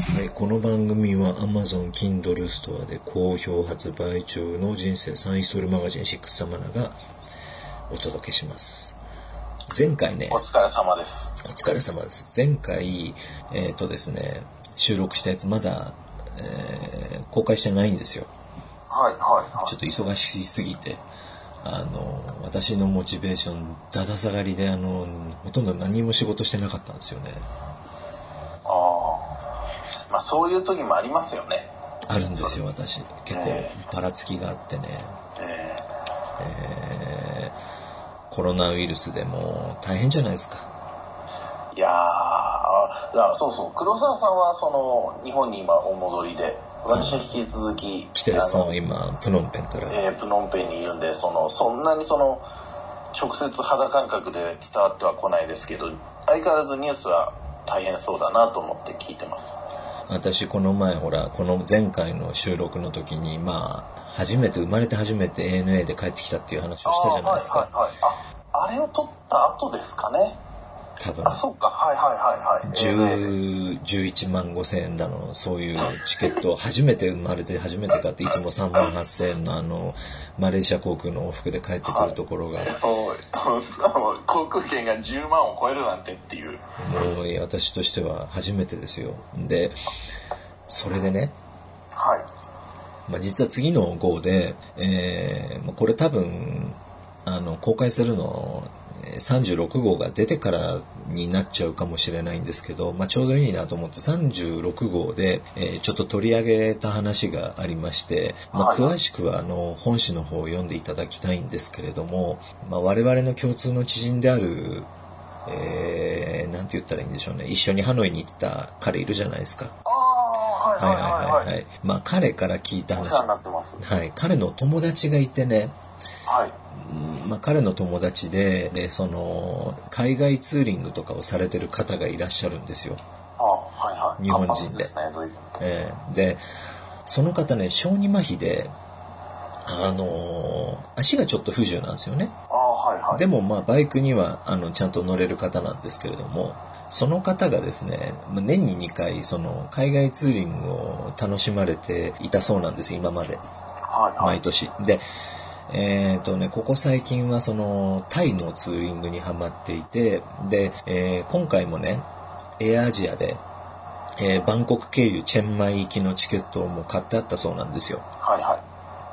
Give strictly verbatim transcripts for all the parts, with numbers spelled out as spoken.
はい、この番組は Amazon Kindle ストアで好評発売中の人生サインストールマガジンシックスサマナがお届けします。前回ね、 お疲れ様です。 お疲れ様です。前回、えっとですね、収録したやつまだ、えー、公開してないんですよ。 はいはいはい。 ちょっと忙しすぎて、あの、私のモチベーションだだ下がりで、あの、ほとんど何も仕事してなかったんですよね。 ああ。まあそういう時もありますよね。 あるんですよ、私。結構ばらつきがあってね。 えーえー、コロナウイルスでも大変じゃないですか。 いやー、あそうそう、黒沢さんはその日本に今お戻りで、私は引き続き、 北谷さんは今プノンペンから、 えー、プノンペンにいるんで、そのそんなにその直接肌感覚で伝わってはこないですけど、相変わらずニュースは大変そうだなと思って聞いてます。 私この前ほらこの前回の収録の時にまあ初めて生まれて初めて エーエヌエー で帰ってきたっていう話をしたじゃないですか。 あ、はいはいはい、あ、あれを撮った後ですかね。 多分。 あ、そうか、はいはいはいはい。 じゅう、じゅういちまんごせんえんだの、そういうチケットを初めて生まれて初めて買って、いつもさんまんはっせんえんのあの、マレーシア航空の往復で帰ってくるところが。はい、 航空券がじゅうまんを超えるなんてっていう。 もう私としては初めてですよ。で、それでね。 はい。 まあ、実は次の号で、えー、これ多分、あの、公開するの、さんじゅうろくごうが出てからになっちゃうかもしれないんですけど、まあ、ちょうどいいなと思ってさんじゅうろくごうで、えー、ちょっと取り上げた話がありまして、まあ、詳しくはあの本誌の方を読んでいただきたいんですけれども、まあ、我々の共通の知人である、えー、なんて言ったらいいんでしょうね、一緒にハノイに行った彼いるじゃないですか。 ああ、はいはいはいはい、はい、 まあ彼から聞いた話。 お世話になってます。 はい、彼の友達がいてね、 はい。 まあ、彼の友達で、で、その、海外ツーリングとかをされてる方がいらっしゃるんですよ。 あ、はいはい。 日本人で。 ですね、随分。 えー、で、その方ね、小児麻痺で、あのー、足がちょっと不自由なんですよね。 あ、はいはい。 でも、まあ、バイクには、あの、ちゃんと乗れる方なんですけれども、その方がですね、年ににかい、その、海外ツーリングを楽しまれていたそうなんですよ、今まで。 はいはい。 毎年。で、えっとね、ここ最近はそのタイのツーリングにハマっていて、で、えー、今回もね、エアアジアで、えー、バンコク経由チェンマイ行きのチケットをもう買ってあったそうなんですよ。 はいはい。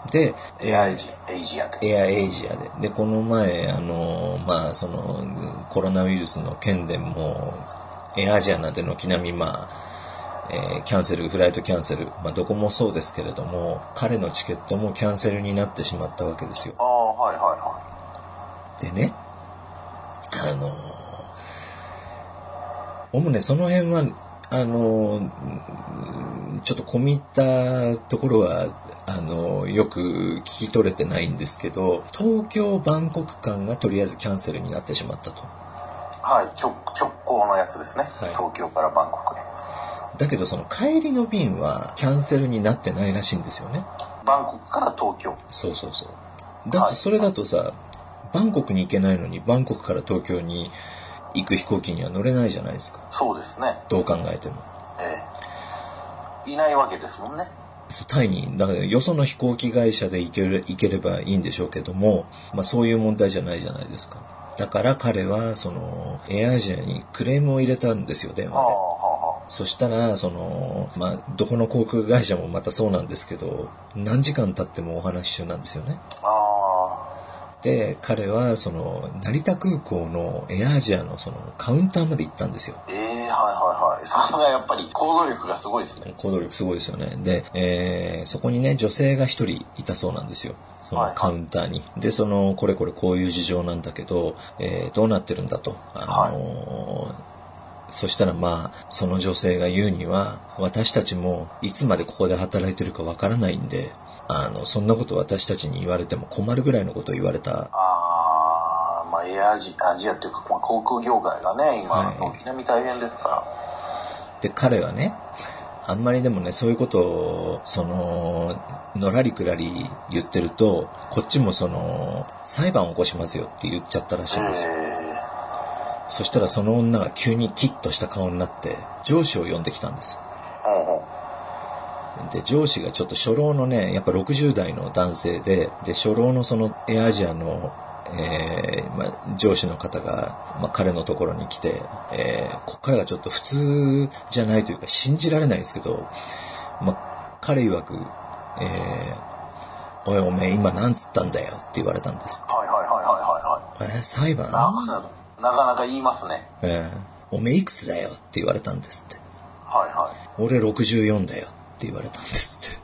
で、 エアエイジ、エイジアで。 エアエイジアで。で、この前、あの、まあ、その、コロナウイルスの件でも、エアアジアなんて軒並み、まあ、えー、キャンセル、フライトキャンセル、まあ、どこもそうですけれども、彼のチケットもキャンセルになってしまったわけですよ。 ああ、はいはいはい。でね、あのー、おもね、その辺は、あのー、ちょっと込み入ったところは、あのー、よく聞き取れてないんですけど、東京バンコク間がとりあえずキャンセルになってしまったと。 はい、直、直行のやつですね。はい、東京からバンコクに。 だけどその帰りの便はキャンセルになってないらしいんですよね。 バンコクから東京。 そうそうそう。だってそれだとさ、はい、バンコクに行けないのにバンコクから東京に行く飛行機には乗れないじゃないですか。 そうですね。 どう考えても。 ええ。いないわけですもんね。 そう、タイに、だからよその飛行機会社で行ける、行ければいいんでしょうけども、まあそういう問題じゃないじゃないですか。だから彼はそのエアアジアにクレームを入れたんですよ、電話で。そしたら、その、まあ、どこの航空会社もまたそうなんですけど、何時間経ってもお話し中なんですよね。 あで、彼は、その、成田空港のエアアジアのその、カウンターまで行ったんですよ。 ええー、はいはいはい。さすがやっぱり行動力がすごいですね。 行動力すごいですよね。で、えー、そこにね、女性が一人いたそうなんですよ。そのカウンターに。はいはい、で、その、これこれこういう事情なんだけど、えー、どうなってるんだと。あのーはいそしたらまあ、その女性が言うには、私たちもいつまでここで働いてるかわからないんで、あの、そんなこと私たちに言われても困るぐらいのことを言われた。 ああ、まあ、エアアジア、アジアっていうか、まあ、航空業界がね、今、軒並み大変ですから。 で、彼はね、あんまりでもね、そういうことを、その、のらりくらり言ってると、こっちもその、裁判を起こしますよって言っちゃったらしいんですよ。えーそしたらその女が急にキッとした顔になって上司を呼んできたんです。 で、上司がちょっと初老のね、やっぱろくじゅう代の男性で、で、初老のそのエアアジアの、えー、まあ、上司の方が、まあ、彼のところに来て、えー、こっからがちょっと普通じゃないというか信じられないんですけど、まあ、彼曰く、えー、おいおめえ今なんつったんだよって言われたんですって。 はいはいはいはいはい。 えー、裁判ななかなか言いますね。 えー、おめえいくつだよって言われたんですって。 はいはい。 俺ろくじゅうよんだよって言われたんですって。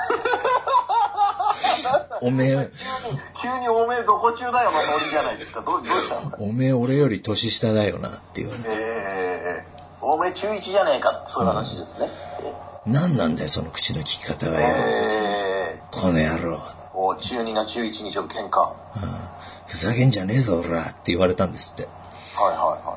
おめえ急におめえどこ中だよのノリじゃないですか。どうどうしたんだ。 おめえ俺より年下だよなって言われて、 えー、おめえ中いちじゃねえか、そういう話ですね。 うん、何なんだよその口の利き方はよ、えー、この野郎。 お中にが中いちにちょっと喧嘩、 うん、ふざけんじゃねえぞおらって言われたんですって。 はいはいはい。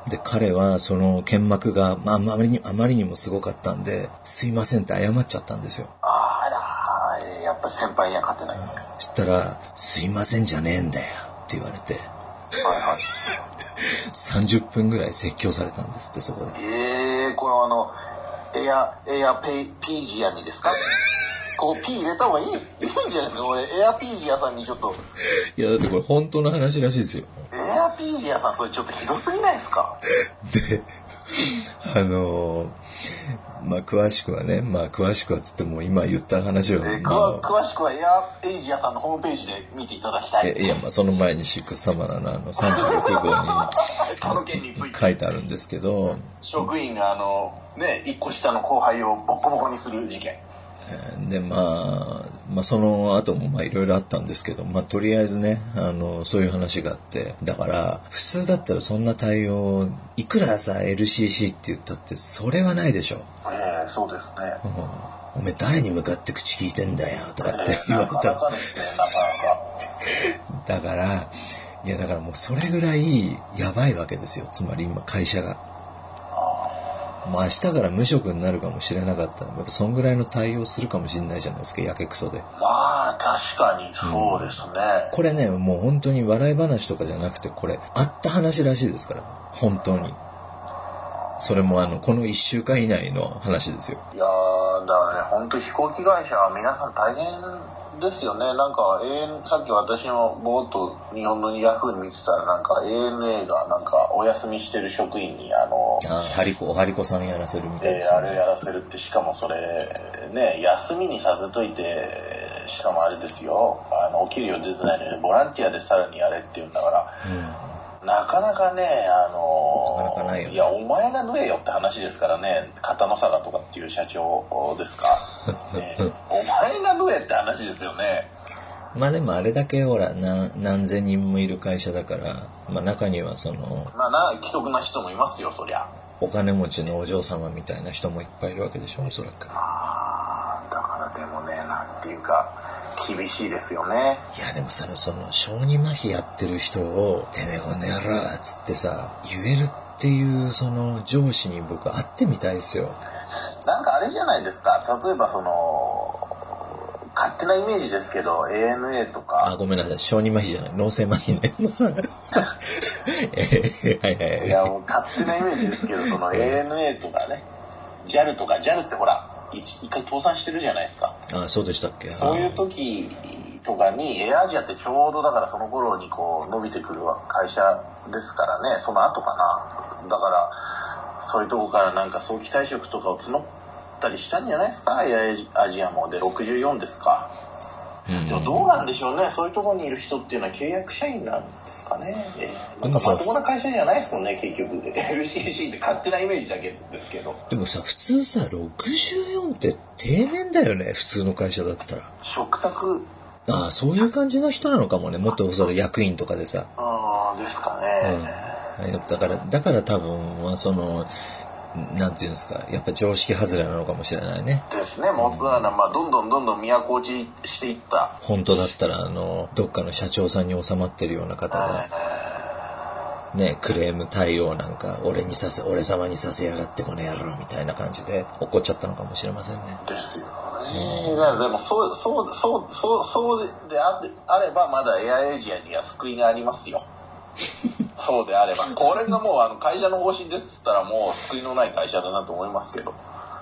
で彼はその剣幕が、まあ、あまりにあまりにもすごかったんで、すいませんって謝っちゃったんですよ。 あら、やっぱ先輩には勝てない。うん、 そしたらすいませんじゃねえんだよって言われて、はいはい、さんじゅっぷんぐらい説教されたんですって、そこで。 えー、このあのエアエアペイピージアにですか？こう P 入れた方がいいいいんじゃないですか。これエアピージアさんにちょっと。 いやだってこれ本当の話らしいですよ。 エアピージアさんそれちょっとひどすぎないですか？ で、あのー、まあ詳しくはね、まあ詳しくはつっても今言った話は、 えーまあ、 詳しくはエアエイジアさんのホームページで見ていただきたい。 いやまあその前にシックスサマラのあのさんじゅうろくごうに書いてあるんですけど、 職員があのね一個下の後輩をボッコボコにする事件。 でまあ、まあその後もまあいろいろあったんですけど、まあとりあえずね、あのそういう話があって、だから普通だったらそんな対応いくらさ エルシーシー って言ったってそれはないでしょ。 ええー、そうですね、 うん、おめえ誰に向かって口聞いてんだよとかって言われたら、えー、なかなかですね、なかなかだからいやだからもうそれぐらいやばいわけですよ。つまり今会社がもう明日から無職になるかもしれなかったら、やっぱそんぐらいの対応するかもしれないじゃないですか、やけくそで。 まあ確かにそうですね、うん、 これねもう本当に笑い話とかじゃなくて、これあった話らしいですから、本当に。それもあのこのいっしゅうかん以内の話ですよ。 いやーだからね、本当飛行機会社は皆さん大変ですよね。なんか、エーエヌ、さっき私もぼーっと日本のヤフーに見てたら、なんか エーエヌエー がなんかお休みしてる職員にあのあハリコおハリコさんやらせるみたいな、ね、 えー、あれやらせるって、しかもそれね休みにさせといて、しかもあれですよ、あのお給料出てないのにボランティアでさらにやれって言うんだから、うん、なかなかね、あのなかなかないよね。 いやお前が縫えよって話ですからね。片野坂とかっていう社長ですか、ね、お前が縫えって話ですよね。 まあでもあれだけほらな何千人もいる会社だから、まあ中にはそのまあな既得な人もいますよ、そりゃ。 お金持ちのお嬢様みたいな人もいっぱいいるわけでしょ、おそらく。 ああ、だからでもね、なんていうか厳しいですよね。 いやでもさ、その小児麻痺やってる人をてめえこの野郎っつってさ言えるっていうその上司に僕会ってみたいですよ。 なんかあれじゃないですか、例えばその勝手なイメージですけど エーエヌエー とか、 あごめんなさい、小児麻痺じゃない脳性麻痺ねえー、はいはいはい、 いやもう勝手なイメージですけど、その エーエヌエー とかね ジャル とか ジャル ってほら一回倒産してるじゃないですか。 あそうでしたっけ。 そういう時とかにエアアジアってちょうどだからその頃にこう伸びてくる会社ですからね。その後かな。だからそういうとこからなんか早期退職とかを募ったりしたんじゃないですか、エアアジアも。でろくじゅうよんですか。でもどうなんでしょうね、そういうところにいる人っていうのは契約社員なんですかね。なんかまともな会社じゃないですもんね、結局。エルシーシー って勝手なイメージだけですけど。 でもさ、普通さろくじゅうよんって定年だよね、普通の会社だったら。 嘱託。 ああ、そういう感じの人なのかもね。もっとそれ役員とかでさ。 ああ、ですかね。 うん、だからだから多分そのなんていうんですか、やっぱ常識外れなのかもしれないね。 ですね。もう、うん、まあどんどんどんどん都落ちしていった。 本当だったらあのどっかの社長さんに収まってるような方が、ね、クレーム対応なんか俺にさせ俺様にさせやがってこの野郎みたいな感じで怒っちゃったのかもしれませんね。 ですよね。うん、だからでもそうそうそうそうそうでああればまだエアエイジアには救いがありますよ。そうであればこれがもうあの会社の方針ですっつったらもう救いのない会社だなと思いますけど。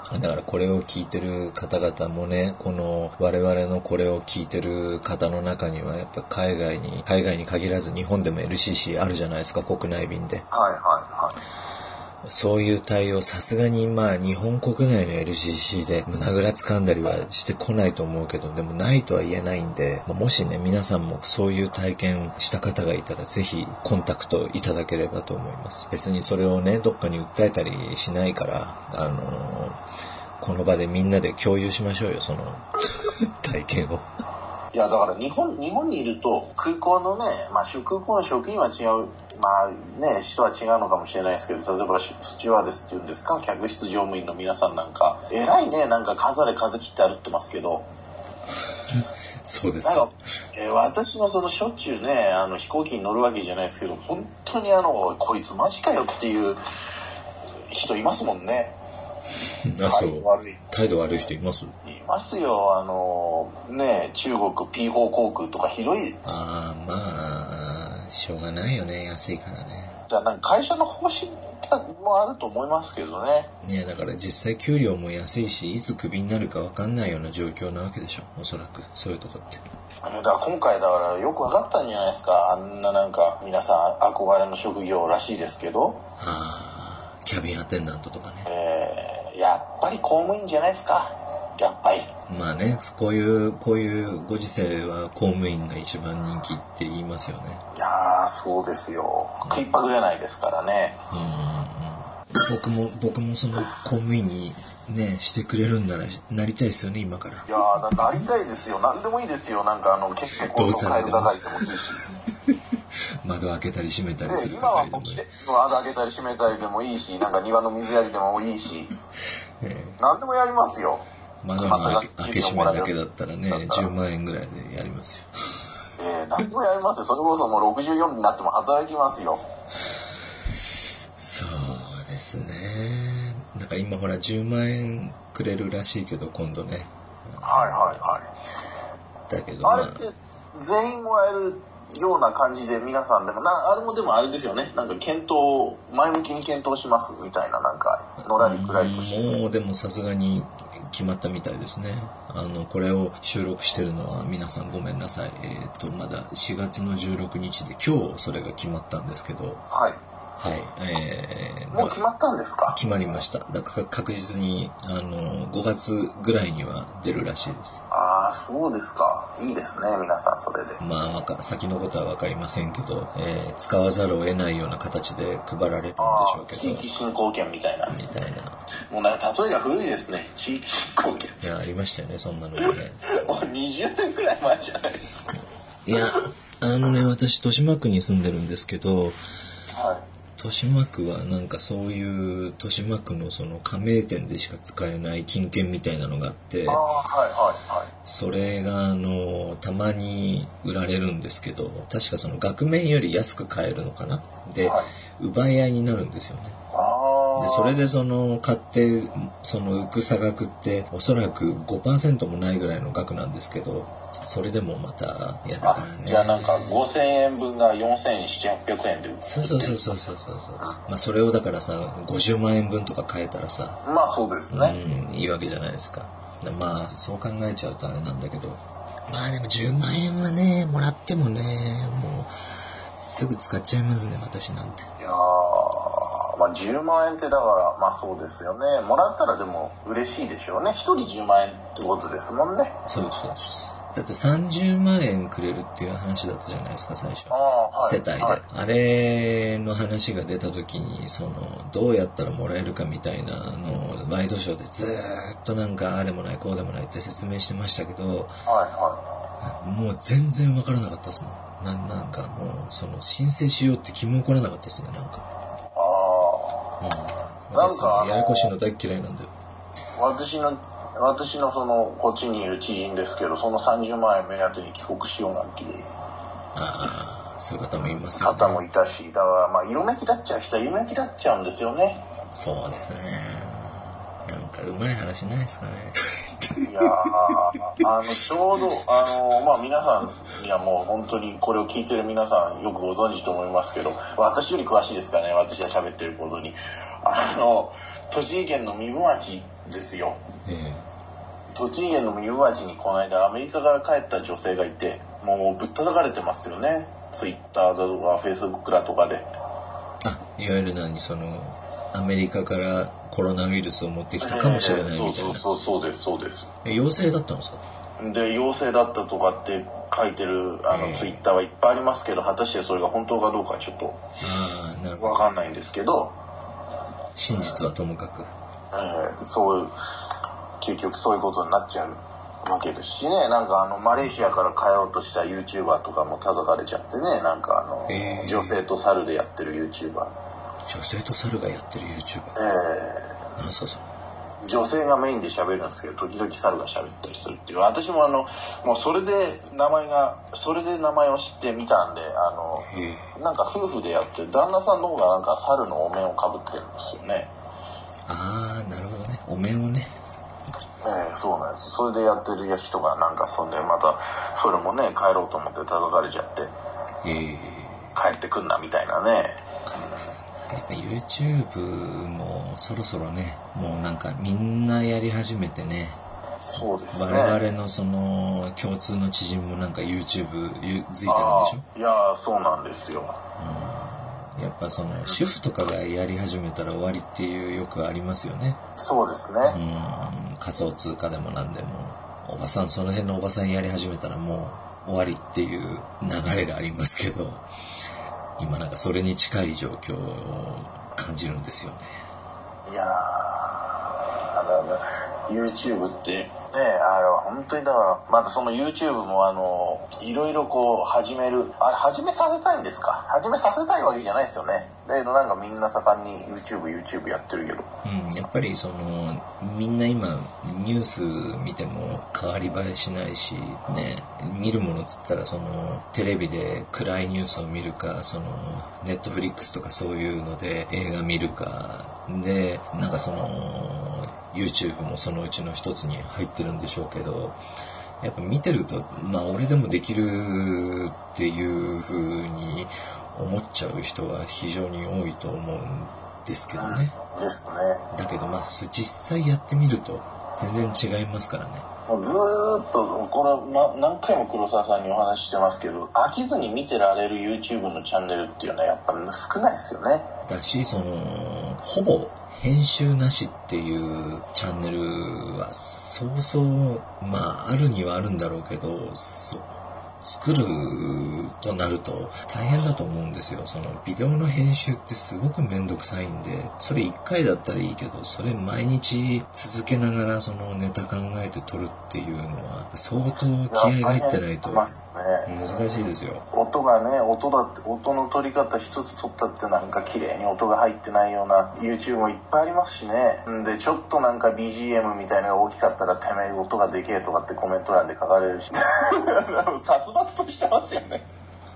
だからこれを聞いてる方々もね、この我々のこれを聞いてる方の中にはやっぱ海外に、海外に限らず日本でも エルシーシー あるじゃないですか、国内便で。 はいはいはい。 そういう対応、さすがにまあ日本国内の エルシーシー で胸ぐらつかんだりはしてこないと思うけど、でもないとは言えないんで、もしね、皆さんもそういう体験した方がいたらぜひコンタクトいただければと思います。別にそれをね、どっかに訴えたりしないから、あのー、この場でみんなで共有しましょうよ、その体験を。 いや、だから日本、日本にいると空港のね、まあ空港の職員は違う、まあね、人は違うのかもしれないですけど、例えばスチュワーデスっていうんですか、客室乗務員の皆さんなんか、偉いね、なんか数で数切って歩ってますけど。 そうですか。 なんか、えー、私もそのしょっちゅうね、あの飛行機に乗るわけじゃないですけど、本当にあの、こいつマジかよっていう人いますもんね。 あ、そう。態度悪い人います？ いますよ。あのね、中国 ピーフォー 航空とか広い。 ああ、まあしょうがないよね、安いからね。 じゃあなんか会社の方針もあると思いますけどね。 いや、だから実際給料も安いし、いつクビになるか分かんないような状況なわけでしょ、おそらくそういうとこって。 だから今回だからよく分かったんじゃないですか。あんななんか皆さん憧れの職業らしいですけど。 ああ、キャビンアテンダントとかね。 えーやっぱり公務員じゃないですか。やっぱり。 まあね、こういうこういうご時世は公務員が一番人気って言いますよね。 いやーそうですよ。食いっぱぐれないですからね。 うんうんうん。僕も僕もその公務員にねしてくれるんならなりたいですよね、今から。 いやー な, なりたいですよ。なんでもいいですよ。なんかあの結構の帰る係でもいいし。 窓開けたり閉めたりする今はもう来て窓開けたり閉めたりでもいいし、なんか庭の水やりでもいいし、えー、何でもやりますよ。 窓の開け開け閉めだけだったらね、じゅうまんえんぐらいでやりますよ。えー、何でもやりますよ。それこそもうろくじゅうよんになっても働きますよ。 そうですね。だから今ほらじゅうまんえんくれるらしいけど今度ね。 はいはいはい。 だけど、まあ、 あれって全員もらえるような感じで皆さんでもな、あれもでもあれですよね。なんか検討、前向きに検討しますみたいな、なんかのらりくらいとして。 もうでもさすがに決まったみたいですね。あのこれを収録してるのは皆さんごめんなさい。えっとまだしがつのじゅうろくにちで今日それが決まったんですけど。 はい。 はい、えー、もう決まったんですか？ 決まりました。だから確実にあのごがつぐらいには出るらしいです。 ああ、そうですか。いいですね、皆さんそれで。 まあ先のことは分かりませんけど、えー、使わざるを得ないような形で配られるんでしょうけど。 地域振興券みたいな。 みたいな。 もうなんか例えが古いですね。地域振興券。 いやありましたよね、そんなのもね。 もうにじゅうねんくらい前じゃないですか。 いやあのね、私豊島区に住んでるんですけど。はい。豊島区はなんかそういう豊島区のその加盟店でしか使えない金券みたいなのがあって、 あ、はいはいはい、 それがあのたまに売られるんですけど、確かその額面より安く買えるのかな。で、はい、奪い合いになるんですよね。 あでそれでその買ってその浮く差額っておそらく ごパーセント もないぐらいの額なんですけど、それでもまたいやだからね。 じゃあなんかごせんえんぶんがよんせんななひゃくえんで売ってる。 そうそうそうそうそうそうそう。まあそれをだからさごじゅうまんえんぶんとか買えたらさ、 まあそうですね。 うん、いいわけじゃないですか。まあそう考えちゃうとあれなんだけど、まあでもじゅうまんえんはねもらってもねもうすぐ使っちゃいますね、私なんて。 いやー、まあじゅうまんえんってだからまあそうですよね。もらったらでも嬉しいでしょうね。一人じゅうまんえんってことですもんね。 そうですそうです。だってさんじゅうまんえんくれるっていう話だったじゃないですか、最初。 あ、はい、 世帯で、はい、あれの話が出た時にそのどうやったらもらえるかみたいなのをワイドショーでずーっとなんかああでもないこうでもないって説明してましたけど、はいはい、もう全然わからなかったですもん。な, なんかもうその申請しようって気も起こらなかったですね、なんか。ああ、うん、私はややこしいの大嫌いなんだよ。 私の私のそのこっちにいる知人ですけど、そのさんじゅうまんえん目当てに帰国しようなんていうああ、そういう方もいますよね。 方もいたし、だからまあ色めきだっちゃう人は色めきだっちゃうんですよね。 そうですね。なんかうまい話ないですかね。 いやあのちょうどあのまあ皆さんにはもう本当にこれを聞いてる皆さんよくご存知と思いますけど、私より詳しいですからね、私が喋ってることに。あの栃木県の壬生町ですよ。 ええ、 栃木県の三浦町にこの間アメリカから帰った女性がいて、もうぶったたかれてますよね。ツイッターだとかフェイスブックだとかで。 あ、いわゆる何、そのアメリカからコロナウイルスを持ってきたかもしれないみたいな。 えー、そうそうそうですそうです。 陽性だったんですか？ で、陽性だったとかって書いてるあのツイッターはいっぱいありますけど、果たしてそれが本当かどうかちょっとわかんないんですけど、 真実はともかく、 えー、そう結局そういうことになっちゃうわけですしね。なんかあのマレーシアから帰ろうとした YouTuber とかも叩かれちゃってね。なんかあの、えー、女性と猿でやってる YouTuber、 女性と猿がやってる YouTuber、 えー、 なんすかそれ。 女性がメインで喋るんですけど、時々猿が喋ったりするっていう。私もあのもうそれで名前がそれで名前を知ってみたんで、あのなんか夫婦でやって旦那さんの方がなんか猿のお面をかぶってるんですよね。 ああ、なるほどね、お面をね。 えー、そうなんです。それでやってる人がなんかそんでまたそれもね帰ろうと思って叩かれちゃって、 えー、 帰ってくんなみたいなね。 やっぱ YouTube もそろそろね、もうなんかみんなやり始めてね。 そうですね。 我々のその共通の知人もなんか YouTube 付いてるんでしょ？ いやー、そうなんですよ。 うん、やっぱその主婦とかがやり始めたら終わりっていうよくありますよね。 そうですね。 うん、仮想通貨でもなんでもおばさん、その辺のおばさんやり始めたらもう終わりっていう流れがありますけど、今なんかそれに近い状況を感じるんですよね。 いやー、あの YouTube ってね、あれ本当にだからまたその YouTube もあのいろいろこう始める、あれ始めさせたいんですか？始めさせたいわけじゃないですよね。だけどなんかみんな盛んに YouTube YouTube やってるけど、 うん、やっぱりそのみんな今ニュース見ても変わり映えしないしね、見るものっつったらそのテレビで暗いニュースを見るか、そのネットフリックスとかそういうので映画見るかで、なんかその YouTube もそのうちの一つに入ってるんでしょうけど、やっぱ見てるとまあ俺でもできるっていう風に思っちゃう人は非常に多いと思うんですけどね。 ですね。 だけどまあ実際やってみると全然違いますからね。 もうずーっとこれ、ま、何回も黒沢さんにお話ししてますけど、飽きずに見てられる YouTube のチャンネルっていうのはやっぱ少ないですよね。 だし、そのほぼ編集なしっていうチャンネルはそうそうまああるにはあるんだろうけど、そう作るとなると大変だと思うんですよ。そのビデオの編集ってすごくめんどくさいんで、それいっかいだったらいいけど、それ毎日続けながらそのネタ考えて撮るっていうのは相当気合が入ってないと難しいですよ。 音がね、音だって音の撮り方一つ撮ったってなんか綺麗に音が入ってないような YouTube もいっぱいありますしね。んでちょっとなんか ビージーエム みたいなのが大きかったらてめえ音がでけえとかってコメント欄で書かれるし殺伐としてますよね。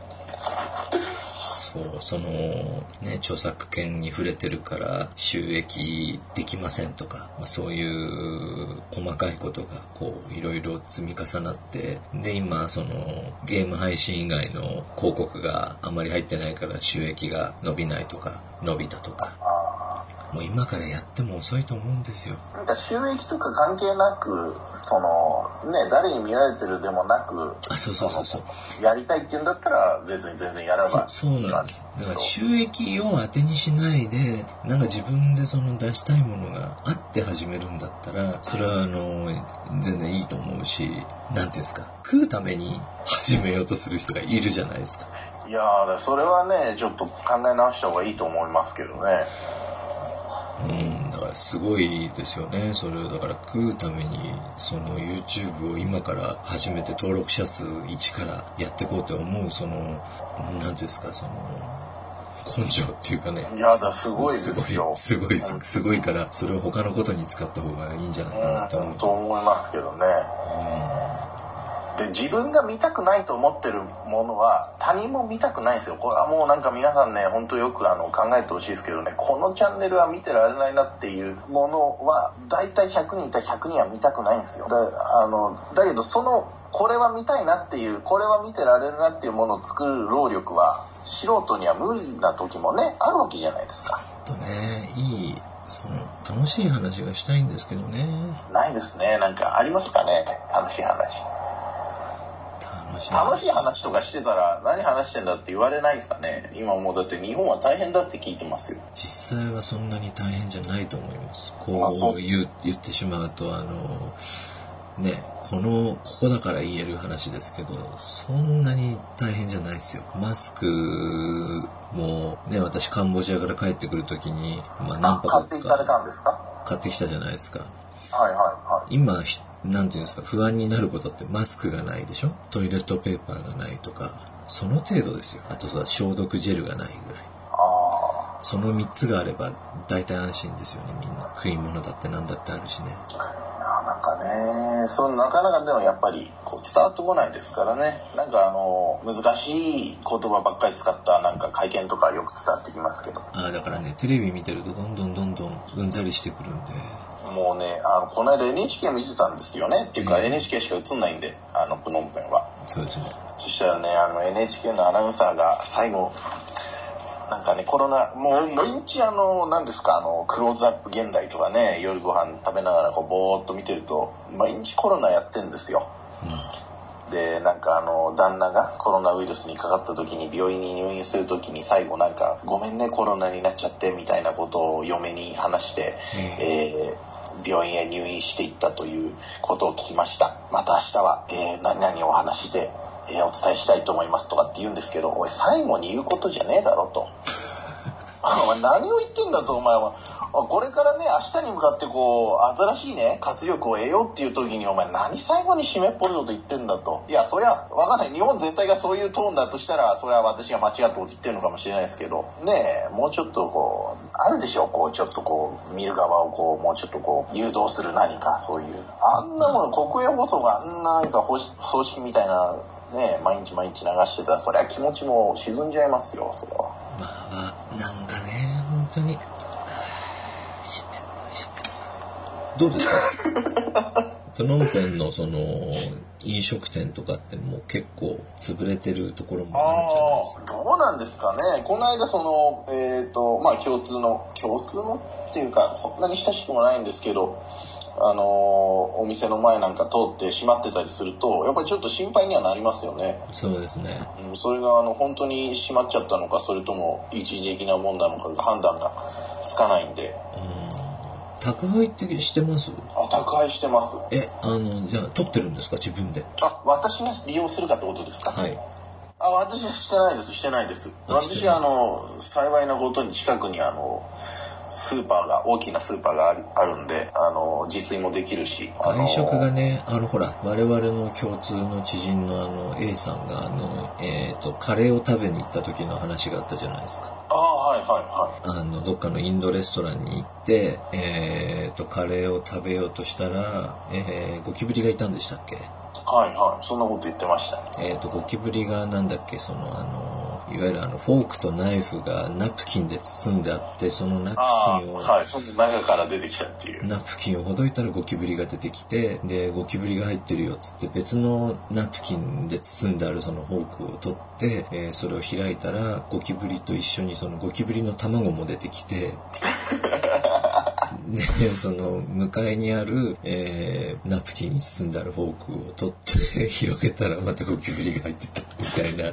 そう、そのね、著作権に触れてるから収益できませんとか、まあ、そういう細かいことがこういろいろ積み重なって、で今そのゲーム配信以外の広告があまり入ってないから収益が伸びないとか伸びたとか、もう今からやっても遅いと思うんですよ。 なんか収益とか関係なく、そのね、誰に見られてるでもなく、 あ、そうそうそうそう、 やりたいって言うんだったら別に全然やれば。 そ, そうなんです。だから収益を当てにしないで、なんか自分でその出したいものがあって始めるんだったら、それはあの全然いいと思うし、なんていうんですか、食うために始めようとする人がいるじゃないですか。 いやー、それはね、ちょっと考え直した方がいいと思いますけどね。 うん、だからすごいですよね。それをだから食うためにその YouTube を今から始めて登録者数いちからやっていこうと思う、そのなんていうんですか、その根性っていうかね。 いやだ、すごいですよ。 すごいすごいすごいから、それを他のことに使った方がいいんじゃないかなと思う。 うん、と思いますけどね。うん、で自分が見たくないと思ってるものは他人も見たくないんですよ。これはもうなんか皆さんね、本当よくあの考えてほしいですけどね、このチャンネルは見てられないなっていうものはだいたいひゃくにんいたらひゃくにんは見たくないんですよ。だ、あのだけどそのこれは見たいなっていう、これは見てられるなっていうものを作る労力は素人には無理な時もねあるわけじゃないですか。 とね、いいその楽しい話がしたいんですけどね。 ないですね。なんかありますかね、楽しい話。 楽しい楽しい話とかしてたら何話してんだって言われないですかね。今もうだって日本は大変だって聞いてますよ。 実際はそんなに大変じゃないと思います。 あこそうう言う言ってしまうと、あのね、このここだから言える話ですけど、そんなに大変じゃないですよ。マスクもね、私カンボジアから帰ってくるときに、まあ何泊か買っていかれたんですか？ 買ってきたじゃないですか。 はいはいはい。 今なんていうんですか、不安になることってマスクがないでしょ、トイレットペーパーがないとか、その程度ですよ。あとさ、消毒ジェルがないぐらい。 あそのみっつがあれば大体安心ですよね。みんな食い物だって何だってあるしね。 あ、なんかね、そうなかなかでもやっぱりこう伝わってこないですからね。なんかあの難しい言葉ばっかり使ったなんか会見とかよく伝わってきますけど。 ああ、だからね、テレビ見てるとどんどんどんどんうんざりしてくるんで。 もうね、あのこの間 エヌエイチケー 見てたんですよね。っていうか、 ええエヌエイチケー しか映んないんで、あのプノンペンは。 そうですね。 そしたらね、あの エヌエイチケー のアナウンサーが最後なんかね、コロナもう毎日あの何ですか、あのクローズアップ現代とかね、夜ご飯食べながらこうぼーっと見てると毎日コロナやってんですよ。うん、でなんかあの旦那がコロナウイルスにかかった時に病院に入院する時に最後なんかごめんねコロナになっちゃってみたいなことを嫁に話して、うん、えー病院へ入院していったということを聞きました。また明日は、えー、何々をお話しして、えー、お伝えしたいと思いますとかって言うんですけど、おい最後に言うことじゃねえだろとお前何を言ってんだと、お前はこれからね明日に向かってこう新しいね活力を得ようっていう時にお前何最後に締めっぽいこと言ってんだと。いやそりゃわかんない、日本全体がそういうトーンだとしたらそれは私が間違ったこと言ってるのかもしれないですけどね、えもうちょっとこうあるでしょう、こうちょっとこう見る側をこうもうちょっとこう誘導する何かそういう、あんなもの国営放送があんななんか葬式みたいなね毎日毎日流してたらそりゃ気持ちも沈んじゃいますよ。それはまあなんかね本当にどうですかプノンペンのその飲食店とかってもう結構潰れてるところもあるんじゃないですか。 どうなんですかね。この間そのえっ、ー、とまあ共通の共通のっていうかそんなに親しくもないんですけど、あのー、お店の前なんか通って閉まってたりするとやっぱりちょっと心配にはなりますよね。 そうですね、 うん、それがあの本当に閉まっちゃったのかそれとも一時的なもんなのか判断がつかないんで。 うん、宅配ってしてます？ あ、宅配してます。 え、あのじゃあ取ってるんですか自分で？ あ、私が利用するかってことですか？ はい。 あ、私してないですしてないです。私あの幸いなことに近くにあのスーパーが大きなスーパーがある、あるんで、あの自炊もできるし、 外食がね、あのほら我々の共通の知人のあの A さんがあのえっ、ー、とカレーを食べに行った時の話があったじゃないですか。 あ、はいはいはい。 あのどっかのインドレストランに行ってえっ、ー、とカレーを食べようとしたら、えー、ゴキブリがいたんでしたっけ？ はいはい、そんなこと言ってましたね。 えっ、ー、とゴキブリがなんだっけ、そのあのいわゆるあのフォークとナイフがナプキンで包んであって、そのナプキンを、 はい、その中から出てきたっていう。 ナプキンをほどいたらゴキブリが出てきて、でゴキブリが入ってるよっつって別のナプキンで包んであるそのフォークを取って、えー、それを開いたらゴキブリと一緒にそのゴキブリの卵も出てきてでその向かいにある、えー、ナプキンに包んであるフォークを取って広げたらまたゴキブリが入ってたみたいな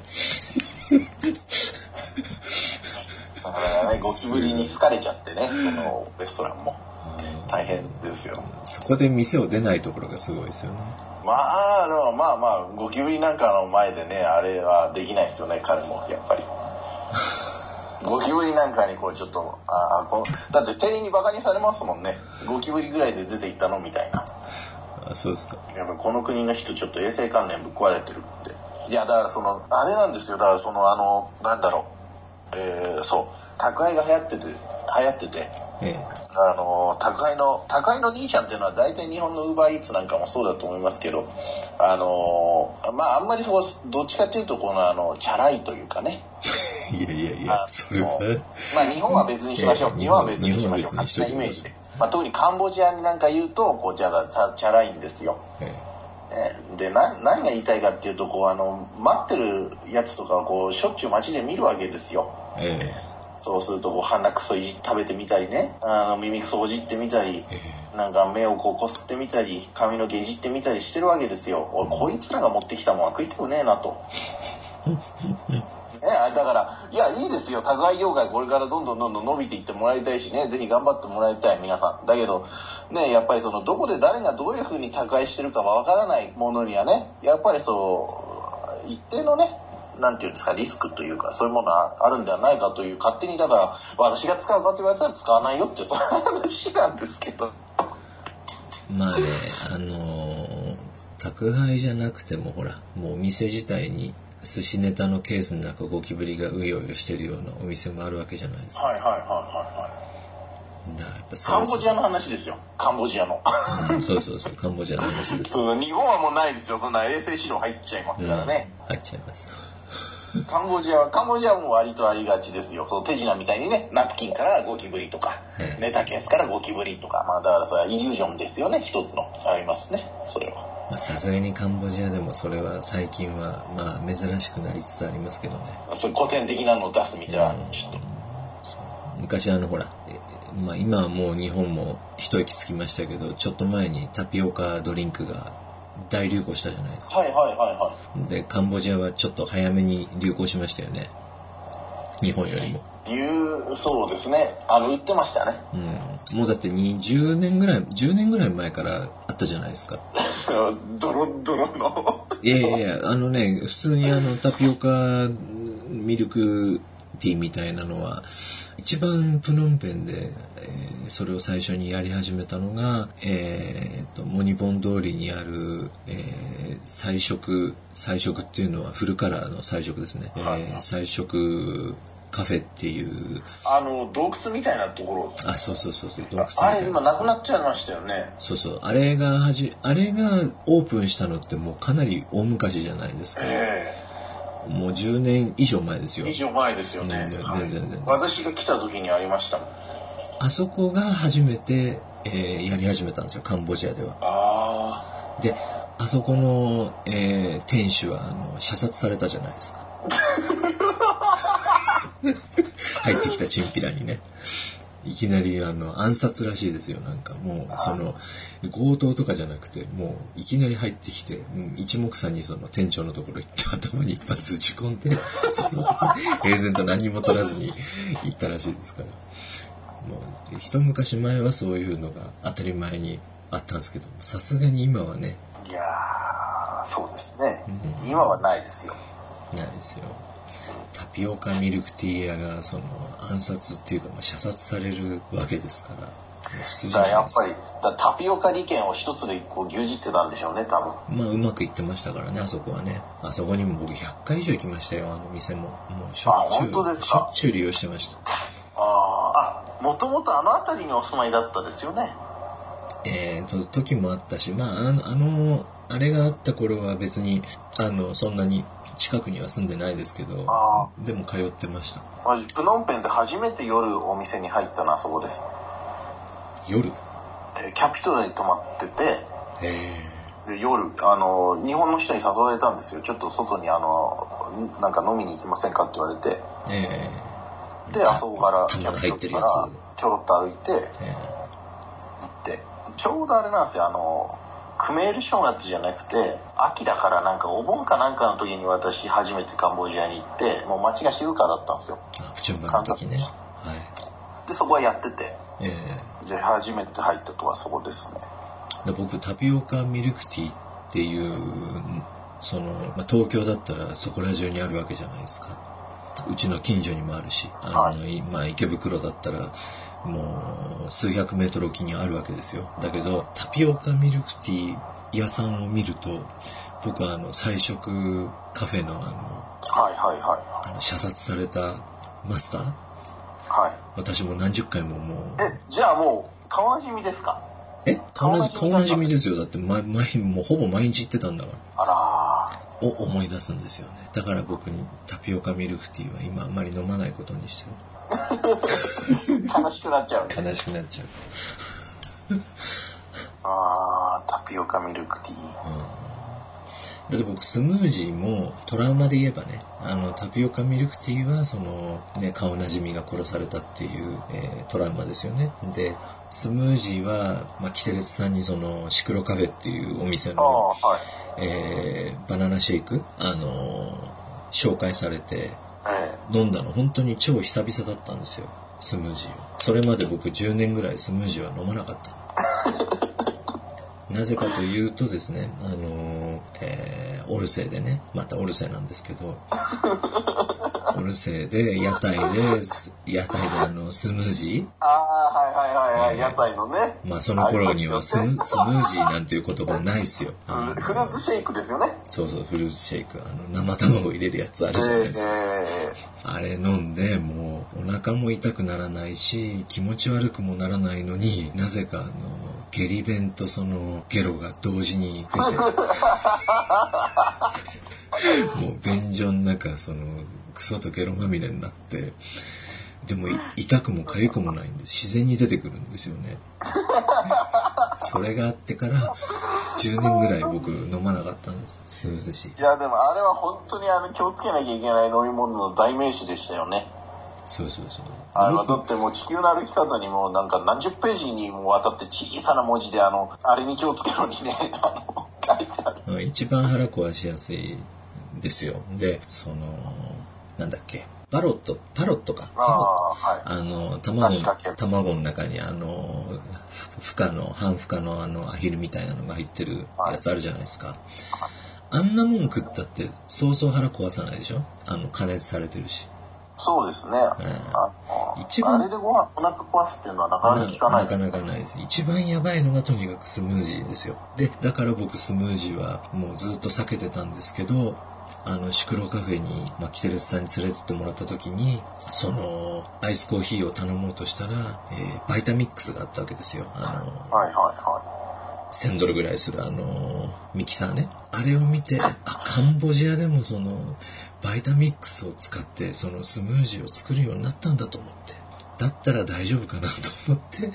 だからね、ゴキブリに好かれちゃってね、そのレストランも大変ですよ。 そこで店を出ないところがすごいですよね。 まあでもまあまあゴキブリなんかの前でねあれはできないですよね、彼もやっぱりゴキブリなんかにこうちょっとあこだって店員にバカにされますもんね、ゴキブリぐらいで出て行ったのみたいな。 あ、そうですか。 やっぱこの国の人ちょっと衛生観念ぶっ壊れてるって。いやだからそのあれなんですよ、だからそのあのなんだろう、えー、そう宅配が流行ってて流行ってて、ええ、あの宅配の宅配の兄ちゃんっていうのは大体日本のウーバーイーツなんかもそうだと思いますけど、あのまああんまりそこどっちかっていうとこのあのチャラいというかねいやいやいや、それはまあ日本は別にしましょう、ええ、日本は別にしましょう、 勝手なイメージで、まあ、特にカンボジアになんか言うとこうチャラチャラいんですよ、ええ、でな何が言いたいかっていうとこうあの待ってるやつとかをこうしょっちゅう街で見るわけですよ、ええ、 そうするとこう鼻くそいじ食べてみたりね、あの耳くそほじってみたり、なんか目をこうこすってみたり、髪の毛いじってみたりしてるわけですよ。俺こいつらが持ってきたもんは食いたくねえなと。ね、だからいやいいですよ、宅配業界これからどんどんどんどん伸びていってもらいたいしね、ぜひ頑張ってもらいたい皆さん。だけどね、やっぱりそのどこで誰がどういう風に宅配してるかわからないものにはね、やっぱりそう一定のね、なんていうんですか、リスクというかそういうものがあるんではないかという、勝手にだから私が使うかと言われたら使わないよってそういう話なんですけど。 まあね、あのー、宅配じゃなくてもほら、もうお店自体に寿司ネタのケースの中ゴキブリがうようよしてるようなお店もあるわけじゃないですか。 はいはいはいはいはい。 だからやっぱカンボジアの話ですよ、カンボジアの。 うん、そうそうそう、カンボジアの話です。 そう、日本はもうないですよ、そんな衛生指導入っちゃいますからね。 うん、入っちゃいます。 カンボジアは、カンボジアはもう割とありがちですよ。その手品みたいにね、ナプキンからゴキブリとか、ネタケースからゴキブリとか、まあだからそれはイリュージョンですよね、一つの。ありますね、それは。 まあさすがにカンボジアでもそれは最近はまあ珍しくなりつつありますけどね。 そういう古典的なのを出すみたいな、ちょっと。 昔あのほら、まあ今はもう日本も一息つきましたけど、ちょっと前にタピオカドリンクが大流行したじゃないですか。 はいはいはいはい。 で、カンボジアはちょっと早めに流行しましたよね。日本よりも。 いう、そうですね。あの、売ってましたね。 うん。もうだってにじゅうねんぐらい、じゅうねんぐらい前からあったじゃないですか。 ドロドロの。 いやいやいや、あのね、普通にあのタピオカミルクティーみたいなのは、一番プノンペンで、えー、それを最初にやり始めたのが、えー、とモニポン通りにある、えー、彩色彩色っていうのはフルカラーの彩色ですね、はい、えー、彩色カフェっていうあの洞窟みたいなところ、 あ、そうそうそうそう、洞窟みたいな、 あれ今なくなっちゃいましたよね。 そうそう、あれがはじあれがオープンしたのってもうかなり大昔じゃないですか、えーもうじゅうねん以上前ですよ。 以上前ですよね。 うん、全然全然、 はい。私が来た時にありましたもん。 あそこが初めて、えー、やり始めたんですよ、カンボジアでは。 あで、あそこの、えー、店主はあの射殺されたじゃないですか。入ってきたチンピラにね。いきなりあの暗殺らしいですよ。なんかもうその強盗とかじゃなくて、もういきなり入ってきて、うん、一目散にその店長のところ行って頭に一発撃ち込んで、その平然と何も取らずに行ったらしいですから。もう一昔前はそういうのが当たり前にあったんですけど、さすがに今はね。 いやー、そうですね。うん、今はないですよ。 ないですよ。タピオカミルクティー屋がその暗殺っていうか、まあ、射殺されるわけですから、 普通じゃないですか。やっぱりだタピオカ利権を一つでこう牛耳ってたんでしょうね、多分。 まあうまくいってましたからね、あそこはね。あそこにも僕ひゃっかい以上行きましたよ、あの店も。もうしょっちゅう、 本当ですか？ しょっちゅう利用してました。 ああ、もともとあの辺りにお住まいだったですよね。 えーと、時もあったし、まああの、あの、あれがあった頃は別に、あの、そんなに、近くには住んでないですけど、でも通ってました。 プノンペンで初めて夜お店に入ったのはそこです。 夜？ えー、キャピトルに泊まってて、 へで夜あの日本の人に誘われたんですよ。ちょっと外にあのなんか飲みに行きませんかって言われて、 えー、であそこからキャピトルからちょろっと歩いて、えー、行ってちょうどあれなんですよ、あのクメール正月じゃなくて秋だからなんかお盆かなんかの時に私初めてカンボジアに行って、もう街が静かだったんですよ。 あ、プチュンバの時ね。はい。 でそこはやってて、 えー、 で初めて入ったとはそこですね。 で僕タピオカミルクティーっていうその、まあ、東京だったらそこら中にあるわけじゃないですか。うちの近所にもあるし、あの、はい、まあ、池袋だったらもう数百メートル沖にあるわけですよ。だけどタピオカミルクティー屋さんを見ると、僕はあの彩色カフェのあの、 はいはいはい、 あの射殺されたマスター、 はい、 私も何十回ももう、 え、じゃあもう顔なじみですか？ え、顔なじ顔なじみですよ。だって毎毎もうほぼ毎日行ってたんだから。 あら。を思い出すんですよね。だから僕にタピオカミルクティーは今あんまり飲まないことにしてる。悲しくなっちゃう。 悲しくなっちゃう。 ああ、タピオカミルクティー。 だって僕スムージーもトラウマで言えばね、あのタピオカミルクティーはそのね顔なじみが殺されたっていう、えー、トラウマですよね。でスムージーは、まあ、キテレツさんにそのシクロカフェっていうお店の、 はい、 えー、バナナシェイク、あのー、紹介されて飲んだの本当に超久々だったんですよ、スムージーを。それまで僕じゅうねんぐらいスムージーは飲まなかったなぜかというとですね、あのーえー、オルセーでね、またオルセーなんですけどオルセーで屋台で屋台であのスムージー、 ああはいはいはいはい、えー、屋台のね、 まあその頃にはスム、スムージーなんていう言葉ないっすよ。 フルーツシェイクですよね。 そうそう、フルーツシェイク、あの生卵入れるやつあるじゃないですか、えー、あれ飲んでもうお腹も痛くならないし気持ち悪くもならないのに、なぜかあの下痢便とそのゲロが同時に出てもう便所の中そのクソとゲロまみれになって、でも痛くも痒くもないんで自然に出てくるんですよねそれがあってからじゅうねんぐらい僕飲まなかったんですスムージー。 いやでもあれは本当にあの気をつけなきゃいけない飲み物の代名詞でしたよね。 そうそうそう。 あのだってもう地球の歩き方にもなんか何十ページにもわたって小さな文字であのあれに気をつけるのにねあの書いてある。 一番腹壊しやすいですよ。でそのなんだっけパロットパロットかあ、はい、 あの卵卵の中にあのふ負荷の半負荷のあのアヒルみたいなのが入ってるやつあるじゃないですか、はい、あんなもん食ったってそうそう腹壊さないでしょ。あの加熱されてるし。 そうですね、えー、あ一番あれでご飯お腹壊すっていうのはなかなか聞かないです、ね、 なかなかないです。一番やばいのがとにかくスムージーですよ。でだから僕スムージーはもうずっと避けてたんですけど、あのシクロカフェに、まあ、キテレツさんに連れてってもらった時にそのアイスコーヒーを頼もうとしたら、えー、バイタミックスがあったわけですよ。あの、 はいはいはい、 せんドルぐらいするあのミキサーね。あれを見て、あ、カンボジアでもそのバイタミックスを使ってそのスムージーを作るようになったんだと思って、だったら大丈夫かなと思って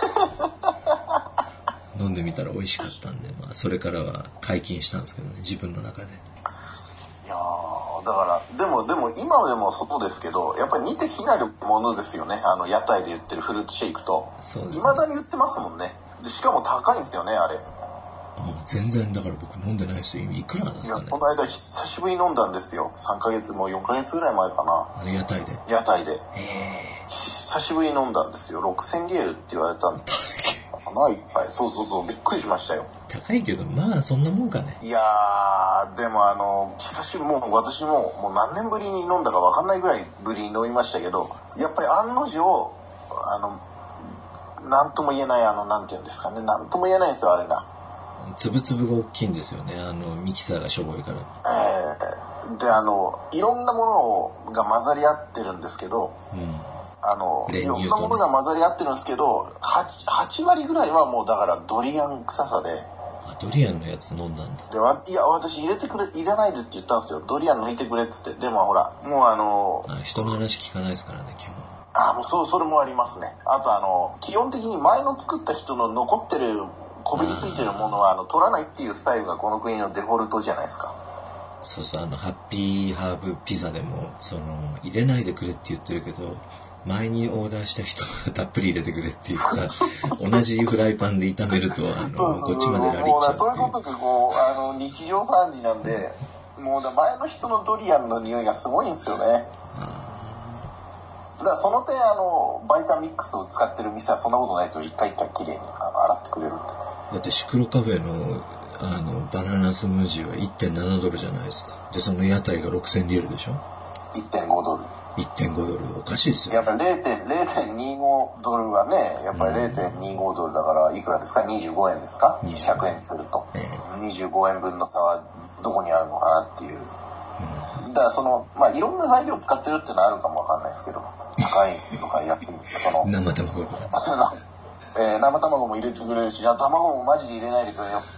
飲んでみたら美味しかったんで、まあそれからは解禁したんですけどね、自分の中で。 いやーだからでもでも今でもそうですけど、やっぱり似て非なるものですよね。あの屋台で売ってるフルーツシェイクとそうですね、 未だに売ってますもんね。でしかも高いんですよねあれ。 もう全然だから僕飲んでないですよ。いくらなんですかね。 この間久しぶりに飲んだんですよ。さんかげつもうよんかげつぐらい前かな。 あれ屋台で屋台でへ久しぶりに飲んだんですよ。ろくせんリエルって言われたんでまあいっぱい、そうそうそう、びっくりしましたよ。 高いけどまあそんなもんかね。 いやーでもあの久しぶり、もう私ももう何年ぶりに飲んだか分かんないぐらいぶりに飲みましたけど、やっぱり案の定あのなんとも言えない、あのなんていうんですかね、なんとも言えないんですよあれが。 つぶつぶが大きいんですよね、あのミキサーがしょぼいから。 えー、であのいろんなものが混ざり合ってるんですけど、うん、あのいろんなものが混ざり合ってるんですけど 8, はち割ぐらいはもうだからドリアン臭さで。 あ、ドリアンのやつ飲んだんだ。 でわいや私入れてくれ入れないでって言ったんですよ。ドリアン抜いてくれっつって。でもほらもうあのあ人の話聞かないですからね基本。 あもうそうそれもありますね。あとあの基本的に前の作った人の残ってるこびりついてるものはあの取らないっていうスタイルがこの国のデフォルトじゃないですか。 そうそう、あのハッピーハーブピザでもその入れないでくれって言ってるけど、前にオーダーした人がたっぷり入れてくれって言った同じフライパンで炒めるとあのそうそうこっちまでラリっちゃうっていう。 そういうことがこうあの日常茶飯事なんでもう前の人のドリアンの匂いがすごいんですよね。だからその点あのバイタミックスを使ってる店はそんなことないですよ。一回一回きれいにあの洗ってくれるんで。 だってシクロカフェのあのバナナスムージーは いってんななドルじゃないですか。でその屋台がろくせんリエルでしょ。 いってんごドル いってんごドルおかしいですよ、 ね、やっぱり ゼロてんにじゅうご ドルはねやっぱり ゼロてんにじゅうご ドルだからいくらですか。にじゅうごえんですか。ひゃくえんにすると、えー、にじゅうごえんぶんの差はどこにあるのかなっていう、うん、だからそのまあいろんな材料を使ってるっていうのはあるかもわかんないですけど高いのかやっぱりその生卵とかえー、生卵も入れてくれるし、卵もマジで入れないでくれよって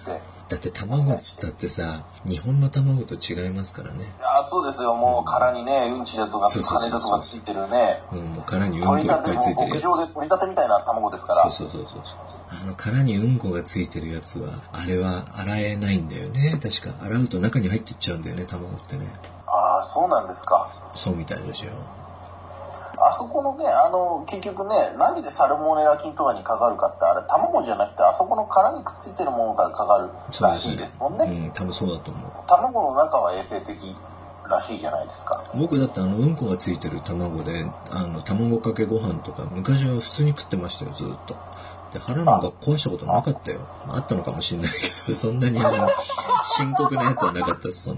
だって卵っつったってさ、日本の卵と違いますからね。 あ、そうですよ。もう殻にね、うんちだとか羽だとかついてるね。 うん、もう殻にうんこいっぱいついてるやつ。 牧場で取り立てみたいな卵ですから。 そうそうそうそう。あの殻にうんこがついてるやつは、あれは洗えないんだよね。確か洗うと中に入ってっちゃうんだよね、卵ってね。 ああ、そうなんですか。 そうみたいですよ。 あそこのね、あの、結局ね、何でサルモネラ菌とかにかかるかって、あれ、卵じゃなくて、あそこの殻にくっついてるものからかかるらしいですもんね。 うん、多分そうだと思う。 卵の中は衛生的らしいじゃないですか。 僕だってあの、うんこがついてる卵で、あの、卵かけご飯とか、昔は普通に食ってましたよ、ずっと。で、腹なんか壊したことなかったよ。あったのかもしれないけど、そんなにあの、深刻なやつはなかったです、その。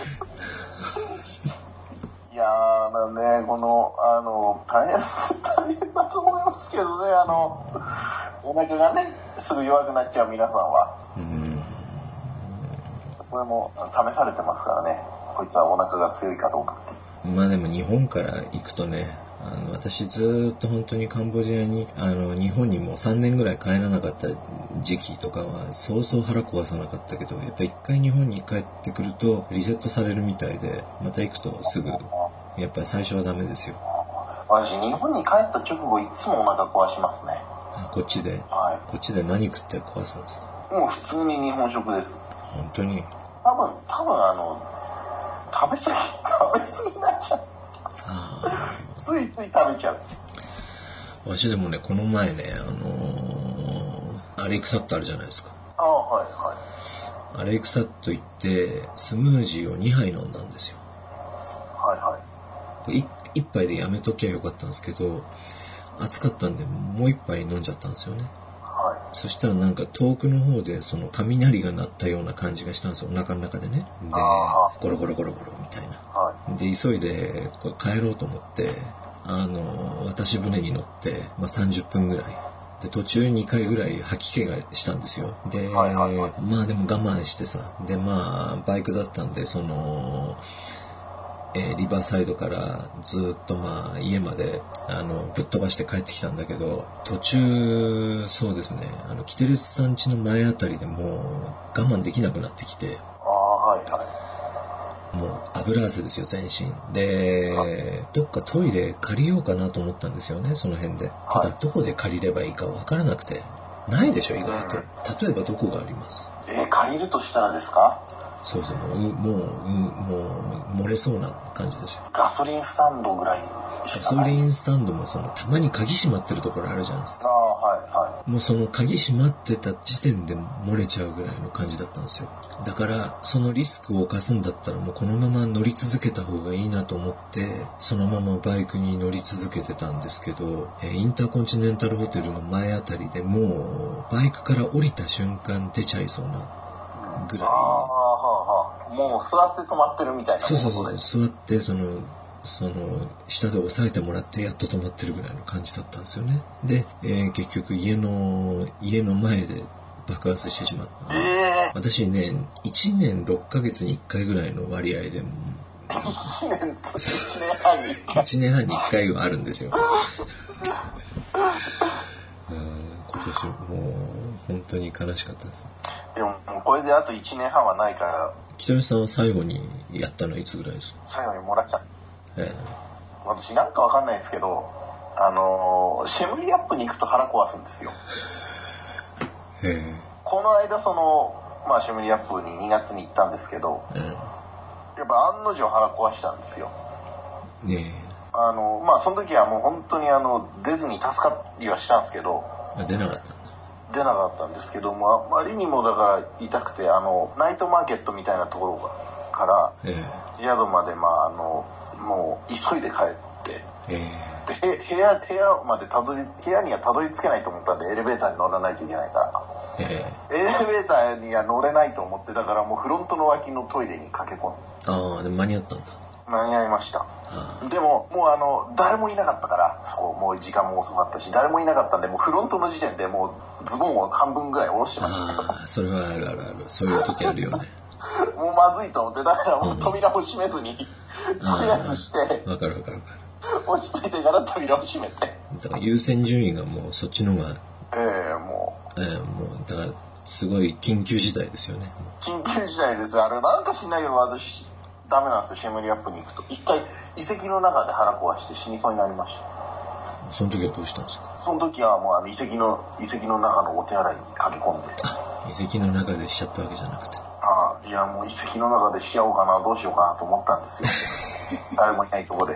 いやーだね、この、あの、大変、大変だと思いますけどね、あの、お腹がね、すぐ弱くなっちゃう皆さんは。うん。それも試されてますからね、こいつはお腹が強いかどうか。 まあでも日本から行くとね、あの、私ずーっと本当にカンボジアに、あの、日本にもうさんねんぐらい帰らなかった時期とかは、そうそう腹壊さなかったけど、やっぱ一回日本に帰ってくると、リセットされるみたいで、また行くとすぐ、やっぱり最初はダメですよ。 私、日本に帰った直後、いつもお腹壊しますね。 あ、こっちで、はい、こっちで何食って壊すんですか？ もう普通に日本食です。 本当に？ 多分、多分あの、食べ過ぎ、食べ過ぎになっちゃう。ついつい食べちゃう。 わしでもね、この前ね、あのー、アレイクサットあるじゃないですか。 ああ、はいはい。 アレイクサット行って、スムージーをにはい飲んだんですよ。 はいはい。 これいっぱいでやめときゃよかったんですけど、暑かったんでもういっぱい飲んじゃったんですよね。はい。そしたらなんか遠くの方でその雷が鳴ったような感じがしたんですよ、お腹の中でね。で、ゴロゴロゴロゴロみたいな。はい。で、急いでこう帰ろうと思って、あの、渡し船に乗って、まあ、さんじゅっぷんぐらい。で、途中にかいぐらい吐き気がしたんですよ。で、はいはいはい、まあでも我慢してさ、で、まあ、バイクだったんで、その、えー、リバーサイドからずっとまあ家まであのぶっ飛ばして帰ってきたんだけど、途中そうですね、あのキテレツさん家の前あたりでもう我慢できなくなってきて、 あ、はいはい、 もう油汗ですよ全身で、どっかトイレ借りようかなと思ったんですよね、その辺で。ただどこで借りればいいか分からなくて、ないでしょ意外と。例えばどこがあります？ えー、借りるとしたらですか？ そうそう、もう、もう、もう、漏れそうな感じですよ。 ガソリンスタンドぐらい。 ガソリンスタンドもその、たまに鍵閉まってるところあるじゃないですか。 ああ、はいはい。 もうその鍵閉まってた時点で漏れちゃうぐらいの感じだったんですよ。だから、そのリスクを冒すんだったらもうこのまま乗り続けた方がいいなと思って、そのままバイクに乗り続けてたんですけど、えー、インターコンチネンタルホテルの前あたりでもう、バイクから降りた瞬間出ちゃいそうな。ぐらい。ああ、 はあ、もう座って止まってるみたいな。 そうそうそう、座ってそのその下で押さえてもらってやっと止まってるぐらいの感じだったんですよね。で、えー、結局家の家の前で爆発してしまった。えー、私ね、いちねんろっかげつにいっかいぐらいの割合でいちねんといちねんはんにいっかいいちねんはんにいっかいはあるんですよ。今年もう本当に悲しかったです。 でもこれであといちねんはんはないから。 北吉さんは最後にやったのはいつぐらいですか？ 最後にもらっちゃった。 ええ、 私なんかわかんないですけど、あのー、シェムリアップに行くと腹壊すんですよ。 ええ、 この間その、まあシェムリアップににがつに行ったんですけど、ええ、やっぱ案の定腹壊したんですよ。ねえ。あの、まあその時はもう本当にあの、出ずに助かりはしたんですけど、 出なかった。 出なかったんですけども、あまりにもだから痛くて、あのナイトマーケットみたいなところから、えー、宿までまああのもう急いで帰って、えー、で部屋部屋までたどり部屋にはたどり着けないと思ったんでエレベーターに乗らないといけないから、えー、エレベーターには乗れないと思って、だからもうフロントの脇のトイレに駆け込んで。 ああ、でも間に合ったんだ。 間に合いました。でももうあの誰もいなかったから、そこもう時間も遅かったし誰もいなかったんで、もうフロントの時点でもうズボンを半分ぐらい下ろしてました。 ああ、それはあるあるある、そういう時あるよね。 もうまずいと思って、だからもう扉を閉めずに、うん、とりあえずしてわかるわかるわかる、 落ち着いてから扉を閉めて、 だから優先順位がもうそっちのが、 ええー、もうええー、もうだからすごい緊急事態ですよね。 緊急事態です。あれなんかしないよ、私ダメなんですよ。シェムリアップに行くと一回遺跡の中で腹壊して死にそうになりました。 その時はどうしたんですか？ その時はもうあの遺跡の遺跡の中のお手洗いに駆け込んで。 遺跡の中でしちゃったわけじゃなくて。 ああ、いやもう遺跡の中でしちゃおうかな、どうしようかなと思ったんですよ。誰もいないとこで。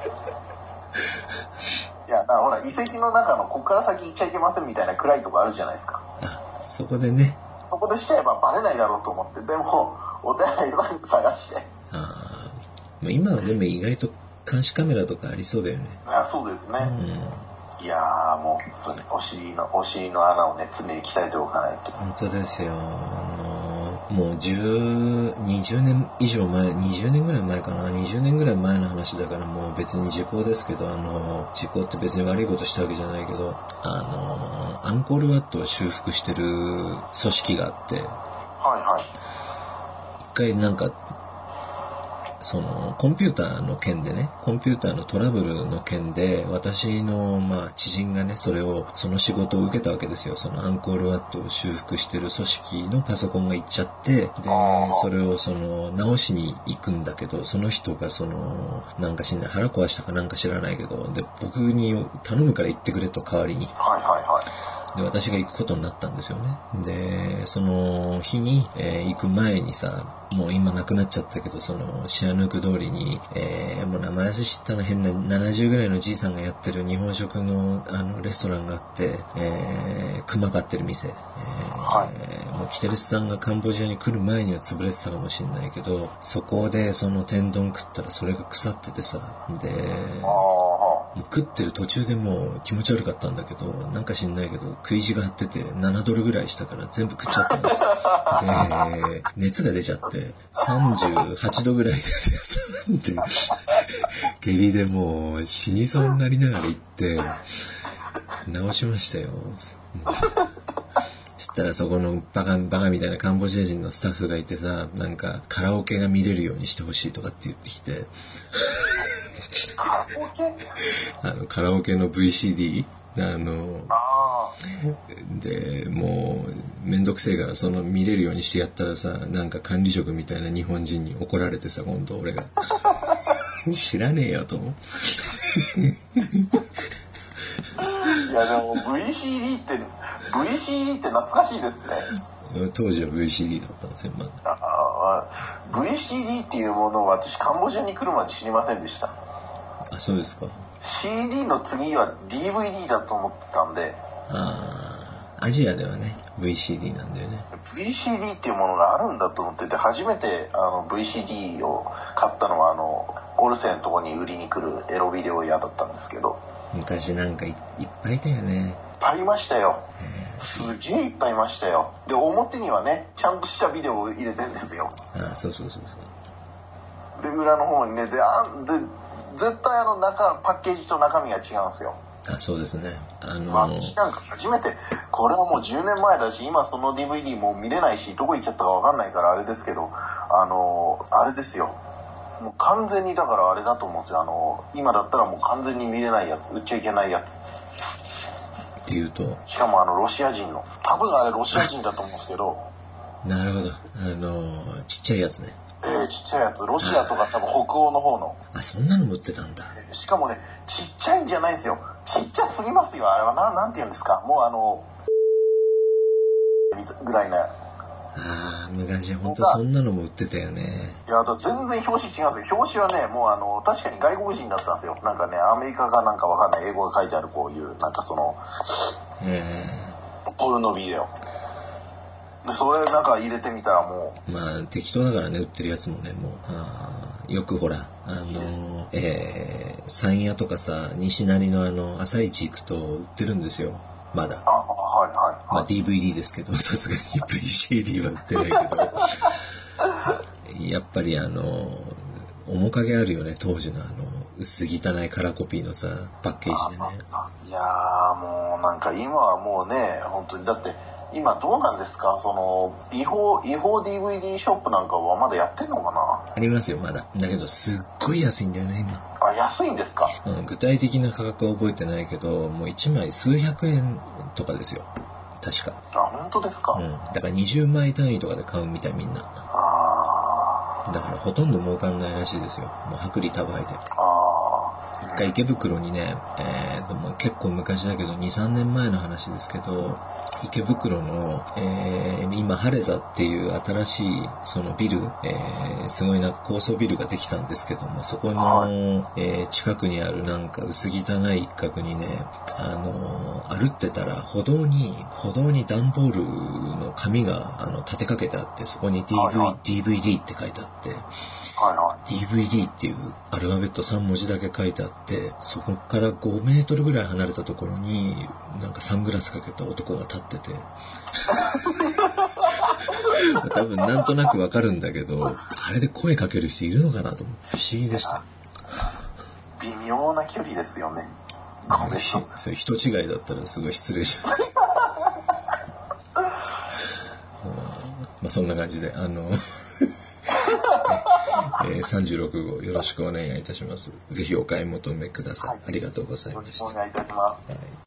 いや、だからほら遺跡の中のこっから先行っちゃいけませんみたいな暗いとこあるじゃないですか。 あ、そこでね。 そこでしちゃえばバレないだろうと思って、でもお手洗い探して。 ああ、今はでも意外と監視カメラとかありそうだよね。 あ、そうですね。うん、いやーもう本当にお尻のお尻の穴をね常に鍛えておかないと。 本当ですよ。あのー、もうじゅう、にじゅうねん以上前、にじゅうねんぐらい前かな、にじゅうねんぐらい前の話だからもう別に時効ですけど、あのー、時効って別に悪いことしたわけじゃないけど、あのー、アンコールワットを修復してる組織があって、はいはい。 一回なんかそのコンピューターの件でね、コンピューターのトラブルの件で私のまあ知人がね、それをその仕事を受けたわけですよ。そのアンコールワットを修復してる組織のパソコンが行っちゃって、でそれをその直しに行くんだけど、その人がそのなんか知んない腹壊したかなんか知らないけど、で僕に頼むから行ってくれと代わりに。はいはいはい。で私が行くことになったんですよね。でその日に、えー、行く前にさ、もう今亡くなっちゃったけど、そのシアヌーク通りに、えー、もう名前知ったな変なななじゅうぐらいのじいさんがやってる日本食のあのレストランがあって、えー、熊飼ってる店、えーはい、もうキテレスさんがカンボジアに来る前には潰れてたかもしれないけど、そこでその天丼食ったらそれが腐っててさ、でもう食ってる途中でもう気持ち悪かったんだけど、なんか知んないけど食い地が張っててななドルぐらいしたから全部食っちゃったんです。で熱が出ちゃってさんじゅうはちどぐらいでで下痢でもう死にそうになりながら行って治しましたよ。そしたらそこのバカバカみたいなカンボジア人のスタッフがいてさ、なんかカラオケが見れるようにしてほしいとかって言ってきてカラオケあのカラオケの ブイシーディー あのあでもうめんどくせえからその見れるようにしてやったらさ、なんか管理職みたいな日本人に怒られてさ、今度俺が知らねえよと思う。 いやでも ブイシーディー って ブイシーディー って懐かしいですね。 当時は ブイシーディー だったんですよ。まだあ ブイシーディー っていうものを私カンボジアに来るまで知りませんでした。 あ、そうですか。 シーディー の次は ディーブイディー だと思ってたんで。 ああ、アジアではね ブイシーディー なんだよね。 ブイシーディー っていうものがあるんだと思ってて、初めてあの ブイシーディー を買ったのはあのオルセンのとこに売りに来るエロビデオ屋だったんですけど。 昔なんか い, いっぱいいたよね。 いっぱいいましたよ。すげえいっぱいいましたよ。で表にはねちゃんとしたビデオを入れてんですよ。 ああ、そうそうそうそう。 で裏の方にね、であで絶対あの中パッケージと中身が違うんですよ。 あ、そうですね。あのー、 私なんか初めて、これはもうじゅうねんまえだし、今その ディーブイディー も見れないし、どこ行っちゃったかわかんないからあれですけど、あのー、あれですよ。もう完全にだからあれだと思うんですよ。あのー、今だったらもう完全に見れないやつ、売っちゃいけないやつ。 っていうと、 しかもあのロシア人の、多分あれロシア人だと思うんですけど。 なるほど。あのー、ちっちゃいやつね。 えー、ちっちゃいやつ、ロシアとか多分北欧の方の。 あ、そんなのも売ってたんだ。 しかもね、ちっちゃいんじゃないんですよ。ちっちゃすぎますよ。あれはな、なんて言うんですか。もうあの、ぐらいな。 ああ、昔本当そんなのも売ってたよね。 いや、全然表紙違うんですよ。表紙はね、もうあの、確かに外国人だったんですよ。なんかね、アメリカかなんかわかんない英語が書いてあるこういう、なんかその、えー、ポルノビデオ。で、それなんか入れてみたらもう。まあ、適当だからね、売ってるやつもね、もう。あよくほら、あの、えー、山谷とかさ、西成のあの、朝市行くと売ってるんですよ。まだ。 あ、はいはい、はい。 まあ ディーブイディー ですけど、さすがに ブイシーディー は売ってないけど。やっぱりあの、面影あるよね、当時のあの、薄汚いカラーコピーのさ、パッケージでね。 いやーもうなんか今はもうね、本当にだって、今どうなんですか、その違法違法 ディーブイディー ショップなんかはまだやってんのかな。 ありますよまだ。だけどすっごい安いんだよね今。 あ、安いんですか。 うん、具体的な価格は覚えてないけど、もういちまい数百円とかですよ確か。 あ、本本当ですか？ うん。だからにじゅうまい単位とかで買うみたいみんな。 あだからほとんど儲かんないらしいですよ。もう薄利多売で。 あ。 一回池袋にね、えー、でも結構昔だけどに、さんねんまえの話ですけど、池袋の、えー、今ハレザっていう新しいそのビル、えー、すごいなんか高層ビルができたんですけども、そこの、はい、えー、近くにあるなんか薄汚い一角にね、あのー、歩ってたら歩道に、歩道に段ボールの紙があの立てかけてあって、そこに ディーブイ、はいはい、ディーブイディー って書いてあって、 はいはい、 ディーブイディー っていうアルファベットさん文字だけ書いてあって、そこからごメートルぐらい離れたところになんかサングラスかけた男が立ってて多分なんとなくわかるんだけど、あれで声かける人いるのかなと思って不思議でした。 微妙な距離ですよね。ごめん。 そう人違いだったらすごい失礼しますまあそんな感じであのえー、さんじゅうろくごうよろしくお願いいたします。ぜひお買い求めください。はい、ありがとうございました。 よろしくお願いいたします。 はい。